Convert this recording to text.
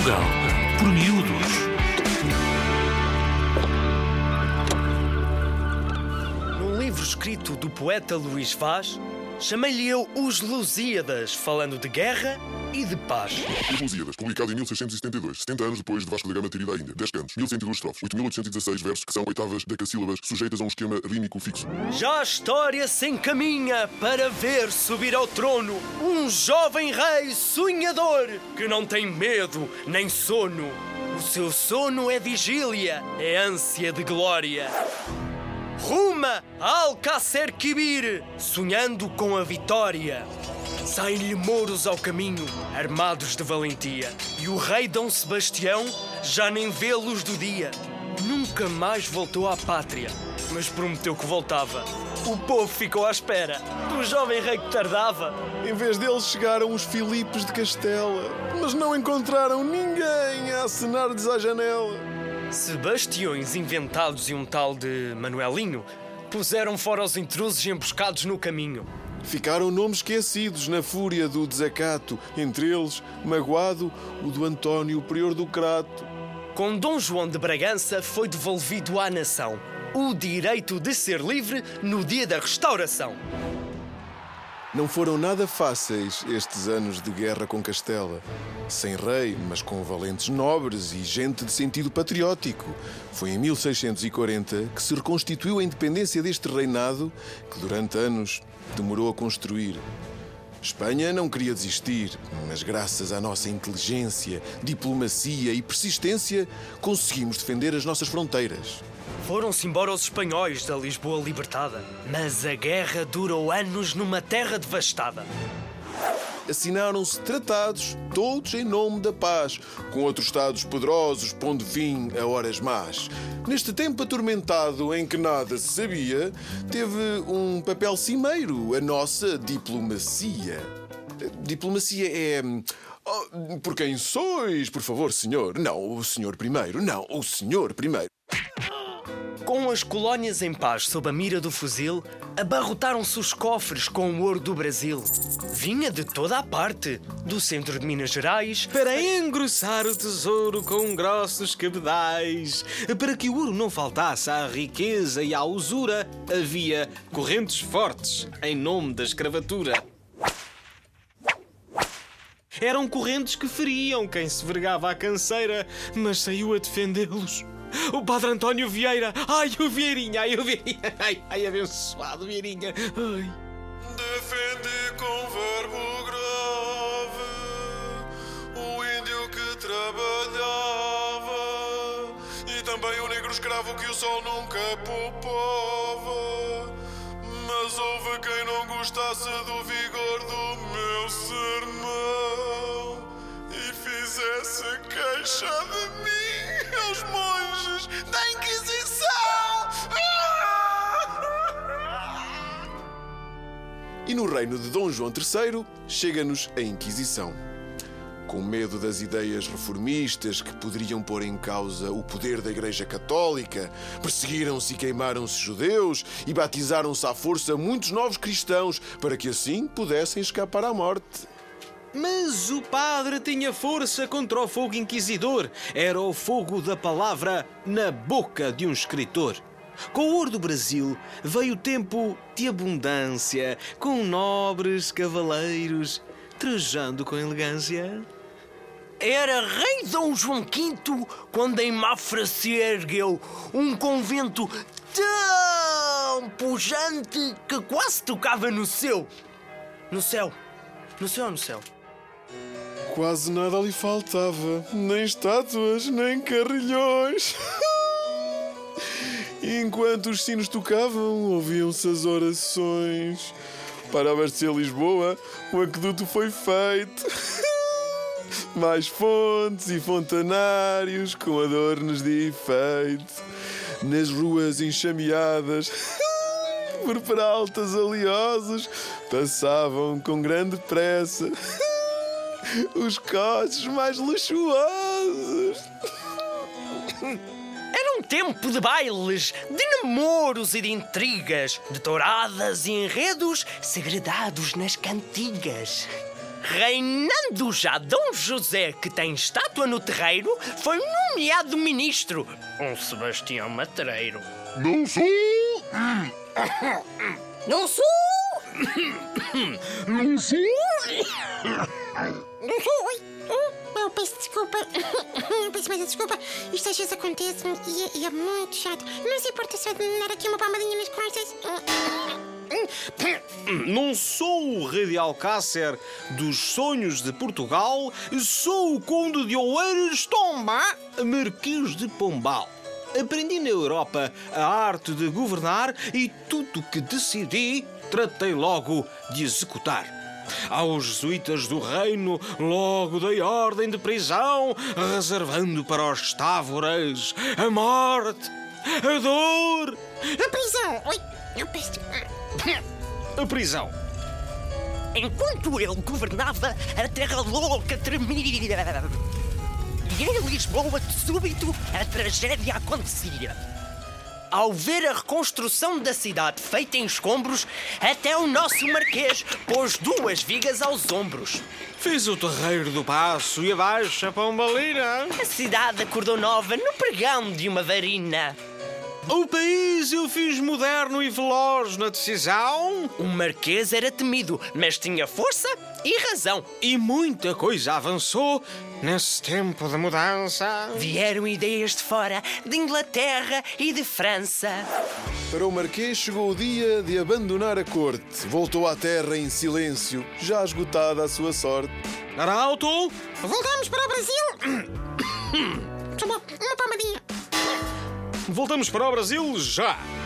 Portugal, por miúdos. Num livro escrito do poeta Luís Vaz, chamei-lhe eu Os Lusíadas, falando de guerra e de paz. Os Lusíadas, publicado em 1672, 70 anos depois de Vasco da Gama ter ido à Índia. 10 cantos, 1102 estrofes, 8816 versos, que são oitavas decassílabas sujeitas a um esquema rímico fixo. Já a história se encaminha para ver subir ao trono um jovem rei sonhador que não tem medo nem sono. O seu sono é vigília, é ânsia de glória. Ruma a Alcácer Quibir, sonhando com a vitória. Saem-lhe mouros ao caminho, armados de valentia. E o rei Dom Sebastião já nem vê a luz do dia. Nunca mais voltou à pátria, mas prometeu que voltava. O povo ficou à espera do jovem rei que tardava. Em vez deles chegaram os Filipes de Castela, mas não encontraram ninguém a acenar-lhes à janela. Sebastiões inventados e um tal de Manuelinho puseram fora os intrusos emboscados no caminho. Ficaram nomes esquecidos na fúria do desacato, entre eles, magoado, o do António, prior do Crato. Com Dom João de Bragança foi devolvido à nação o direito de ser livre no dia da restauração. Não foram nada fáceis estes anos de guerra com Castela. Sem rei, mas com valentes nobres e gente de sentido patriótico. Foi em 1640 que se reconstituiu a independência deste reinado que durante anos demorou a construir. Espanha não queria desistir, mas graças à nossa inteligência, diplomacia e persistência conseguimos defender as nossas fronteiras. Foram-se embora os espanhóis da Lisboa libertada, mas a guerra durou anos numa terra devastada. Assinaram-se tratados, todos em nome da paz, com outros Estados poderosos pondo fim a horas más. Neste tempo atormentado em que nada se sabia, teve um papel cimeiro a nossa diplomacia. Diplomacia é... por quem sois, por favor, senhor? Não, o senhor primeiro. Não, o senhor primeiro. Com as colónias em paz sob a mira do fuzil, abarrotaram-se os cofres com o ouro do Brasil. Vinha de toda a parte, do centro de Minas Gerais, para engrossar o tesouro com grossos cabedais. Para que o ouro não faltasse à riqueza e à usura, havia correntes fortes em nome da escravatura. Eram correntes que feriam quem se vergava à canseira, mas saiu a defendê-los o Padre António Vieira. Ai, o Vieirinha, ai, o Vieirinha. Ai, abençoado Vieirinha. Ai. Defende com verbo grave o índio que trabalhava e também o negro escravo que o sol nunca poupava. Mas houve quem não gostasse do vigor do meu sermão e fizesse queixa de mim aos monges da Inquisição. E no reino de Dom João III chega-nos a Inquisição. Com medo das ideias reformistas que poderiam pôr em causa o poder da Igreja Católica, perseguiram-se e queimaram-se judeus e batizaram-se à força muitos novos cristãos para que assim pudessem escapar à morte. Mas o padre tinha força contra o fogo inquisidor. Era o fogo da palavra na boca de um escritor. Com o ouro do Brasil veio o tempo de abundância, com nobres cavaleiros trajando com elegância. Era rei Dom João V quando em Mafra se ergueu um convento tão pujante que quase tocava no céu. No céu. No céu, no céu. Quase nada lhe faltava, nem estátuas, nem carrilhões. E enquanto os sinos tocavam, ouviam-se as orações. Para abastecer Lisboa, o aqueduto foi feito. Mais fontes e fontanários com adornos de efeito. Nas ruas enxameadas, por peraltas aliosas, passavam com grande pressa os coches mais luxuosos. Era um tempo de bailes, de namoros e de intrigas, de touradas e enredos segredados nas cantigas. Reinando já Dom José, que tem estátua no terreiro, foi nomeado ministro. Sebastião Matreiro. Não sou! Não sou! Não sou! Não sou! Oi! Eu peço desculpa. Peço mais desculpa. Isto às vezes acontece-me e é muito chato. Não se importa só de me dar aqui uma palmadinha nas costas. Não sou o rei de Alcácer dos sonhos de Portugal, sou o conde de Oeiras Tomba, marquês de Pombal. Aprendi na Europa a arte de governar e tudo o que decidi tratei logo de executar. Aos jesuítas do reino logo dei ordem de prisão, reservando para os távoras a morte, a dor, A prisão! Oi! Eu peço a prisão. Enquanto ele governava, a terra louca tremia. E em Lisboa, de súbito, a tragédia acontecia. Ao ver a reconstrução da cidade feita em escombros, até o nosso marquês pôs 2 vigas aos ombros. Fiz o terreiro do Paço e abaixo a Pombalina. A cidade acordou nova no pregão de uma varina. O país eu fiz moderno e veloz na decisão. O marquês era temido, mas tinha força e razão. E muita coisa avançou nesse tempo de mudança. Vieram ideias de fora, de Inglaterra e de França. Para o Marquês chegou o dia de abandonar a corte. Voltou à terra em silêncio, já esgotada a sua sorte. Arauto, Voltamos para o Brasil! Só uma palmadinha. voltamos para o Brasil já.